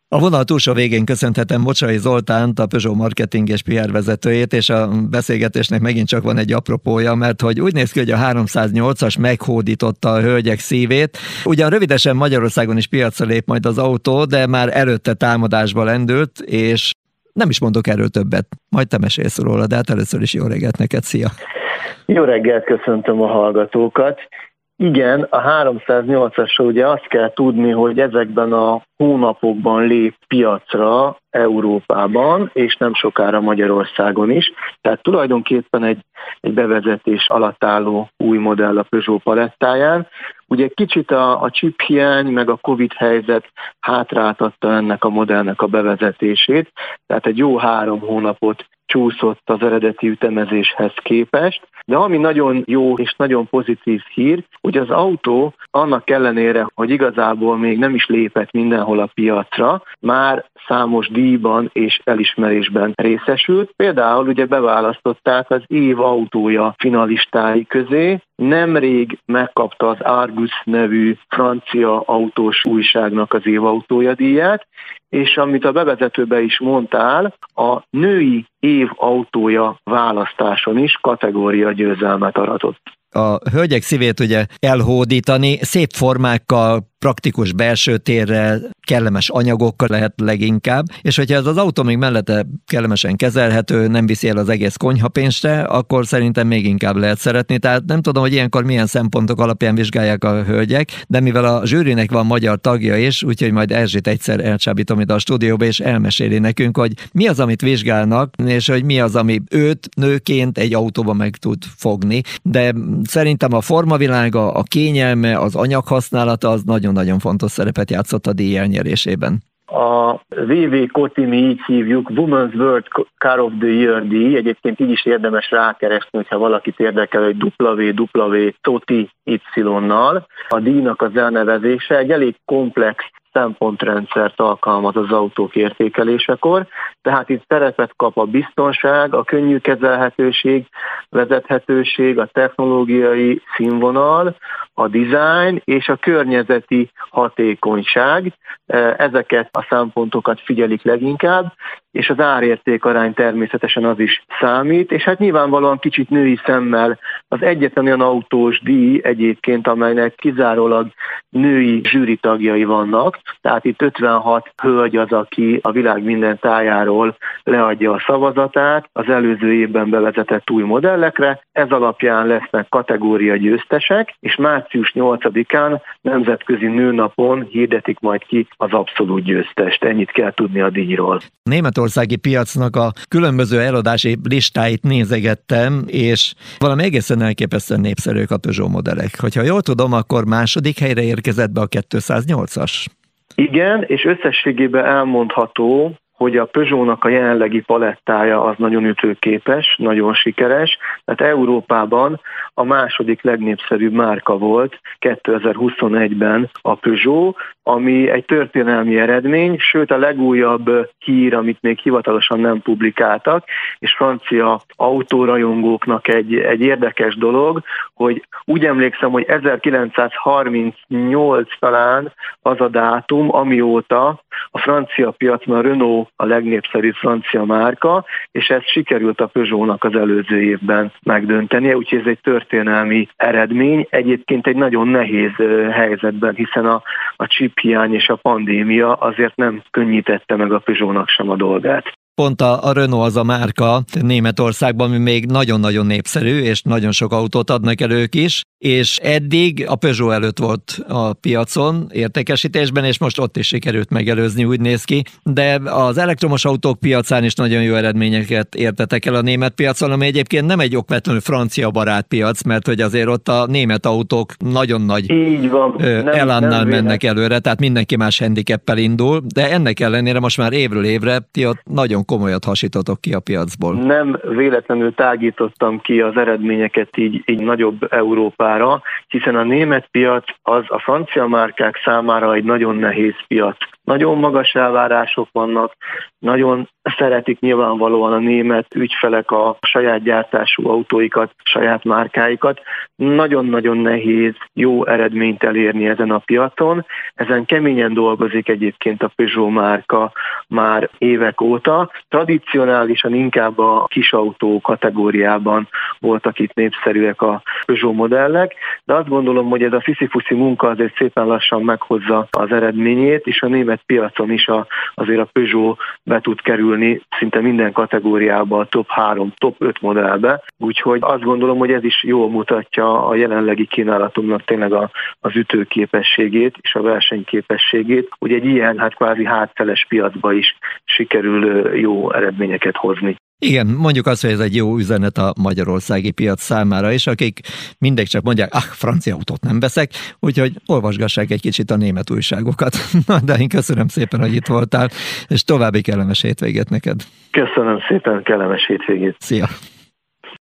A vonal túlsó végén köszönhetem Mocsai Zoltánt, a Peugeot marketing és PR vezetőjét, és a beszélgetésnek megint csak van egy apropója, mert hogy úgy néz ki, hogy a 308-as meghódította a hölgyek szívét. Ugyan rövidesen Magyarországon is piacra lép majd az autó, de már előtte támadásba lendült, és nem is mondok erről többet, majd te mesélsz róla, de hát először is jó reggelt neked, szia! Jó reggelt, köszöntöm a hallgatókat! Igen, a 308-asra ugye azt kell tudni, hogy ezekben a hónapokban lép piacra Európában, és nem sokára Magyarországon is. Tehát tulajdonképpen egy bevezetés alatt álló új modell a Peugeot palettáján. Ugye kicsit a chip hiány, meg a Covid helyzet hátráltatta ennek a modellnek a bevezetését, tehát egy jó 3 hónapot csúszott az eredeti ütemezéshez képest, de ami nagyon jó és nagyon pozitív hír, hogy az autó annak ellenére, hogy igazából még nem is lépett mindenhol a piacra, már számos díjban és elismerésben részesült. Például ugye beválasztották az év autója finalistái közé, nemrég megkapta az Argus nevű francia autós újságnak az évautója díját, és amit a bevezetőben is mondtál, a női év autója választáson is kategória győzelmet aratott. A hölgyek szívét ugye elhódítani, szép formákkal, praktikus belső térrel, kellemes anyagokkal lehet leginkább, és hogyha ez az autó még mellette kellemesen kezelhető, nem viszi el az egész konyhapénzre, akkor szerintem még inkább lehet szeretni. Tehát nem tudom, hogy ilyenkor milyen szempontok alapján vizsgálják a hölgyek, de mivel a zsűrinek van magyar tagja is, úgyhogy majd Erzsét egyszer elcsábítom ide a stúdióba, és elmeséli nekünk, hogy mi az, amit vizsgálnak, és hogy mi az, ami őt nőként egy autóba meg tud fogni. De szerintem a formavilága, a kényelme, az anyaghasználata az nagyon-nagyon fontos szerepet játszott a díj elnyerésében. A VW Koti, mi így hívjuk, Women's World Car of the Year díj, egyébként így is érdemes rákeresni, hogyha valakit érdekel, hogy WW Toti Y-nal. A díjnak az elnevezése egy elég komplex szempontrendszert alkalmaz az autók értékelésekor, tehát itt szerepet kap a biztonság, a könnyű kezelhetőség, vezethetőség, a technológiai színvonal, a design és a környezeti hatékonyság. Ezeket a szempontokat figyelik leginkább, és az árértékarány természetesen az is számít, és hát nyilvánvalóan kicsit női szemmel az egyetlen olyan autós díj egyébként, amelynek kizárólag női zsűritagjai vannak, tehát itt 56 hölgy az, aki a világ minden tájáról leadja a szavazatát az előző évben bevezetett új modellekre, ez alapján lesznek kategória győztesek, és március 8-án nemzetközi nőnapon hirdetik majd ki az abszolút győztest. Ennyit kell tudni a díjról. Németországi piacnak a különböző eladási listáit nézegettem, és valami egészen elképesztően népszerűek a Peugeot modellek. Hogyha jól tudom, akkor második helyre érkezett be a 208-as. Igen, és összességében elmondható, hogy a Peugeotnak a jelenlegi palettája az nagyon ütőképes, nagyon sikeres, tehát Európában a második legnépszerűbb márka volt 2021-ben a Peugeot, ami egy történelmi eredmény, sőt a legújabb hír, amit még hivatalosan nem publikáltak, és francia autórajongóknak egy érdekes dolog, hogy úgy emlékszem, hogy 1938 talán az a dátum, amióta a francia piacon a Renault a legnépszerűbb francia márka, és ezt sikerült a Peugeotnak az előző évben megdöntenie, úgyhogy ez egy történelmi eredmény, egyébként egy nagyon nehéz helyzetben, hiszen a chip hiány és a pandémia azért nem könnyítette meg a Peugeotnak sem a dolgát. Pont a Renault az a márka Németországban, ami még nagyon-nagyon népszerű, és nagyon sok autót adnak el ők is, és eddig a Peugeot előtt volt a piacon értékesítésben, és most ott is sikerült megelőzni, úgy néz ki, de az elektromos autók piacán is nagyon jó eredményeket értetek el a német piacon, ami egyébként nem egy okvetlenül francia barát piac, mert hogy azért ott a német autók nagyon nagy elánnal mennek előre, tehát mindenki más handicappel indul, de ennek ellenére most már évről évre ti ott nagyon komolyat hasítotok ki a piacból. Nem véletlenül tágítottam ki az eredményeket így nagyobb Európára, számára, hiszen a német piac az a francia márkák számára egy nagyon nehéz piac. Nagyon magas elvárások vannak, nagyon szeretik nyilvánvalóan a német ügyfelek a saját gyártású autóikat, saját márkáikat. Nagyon-nagyon nehéz jó eredményt elérni ezen a piacon. Ezen keményen dolgozik egyébként a Peugeot márka már évek óta. Tradicionálisan inkább a kisautó kategóriában voltak itt népszerűek a Peugeot modellek, de azt gondolom, hogy ez a fiszifuszi munka azért szépen lassan meghozza az eredményét, és a német piacon is azért a Peugeot be tud kerülni szinte minden kategóriába, a top 3, top 5 modellbe. Úgyhogy azt gondolom, hogy ez is jól mutatja a jelenlegi kínálatunknak tényleg az ütőképességét és a versenyképességét, hogy egy ilyen kvázi hátfeles piacba is sikerül jó eredményeket hozni. Igen, mondjuk azt, hogy ez egy jó üzenet a magyarországi piac számára is, akik mindig csak mondják, francia autót nem veszek, úgyhogy olvasgassák egy kicsit a német újságokat. Na, de én köszönöm szépen, hogy itt voltál, és további kellemes hétvégét neked. Köszönöm szépen, kellemes hétvégét. Szia!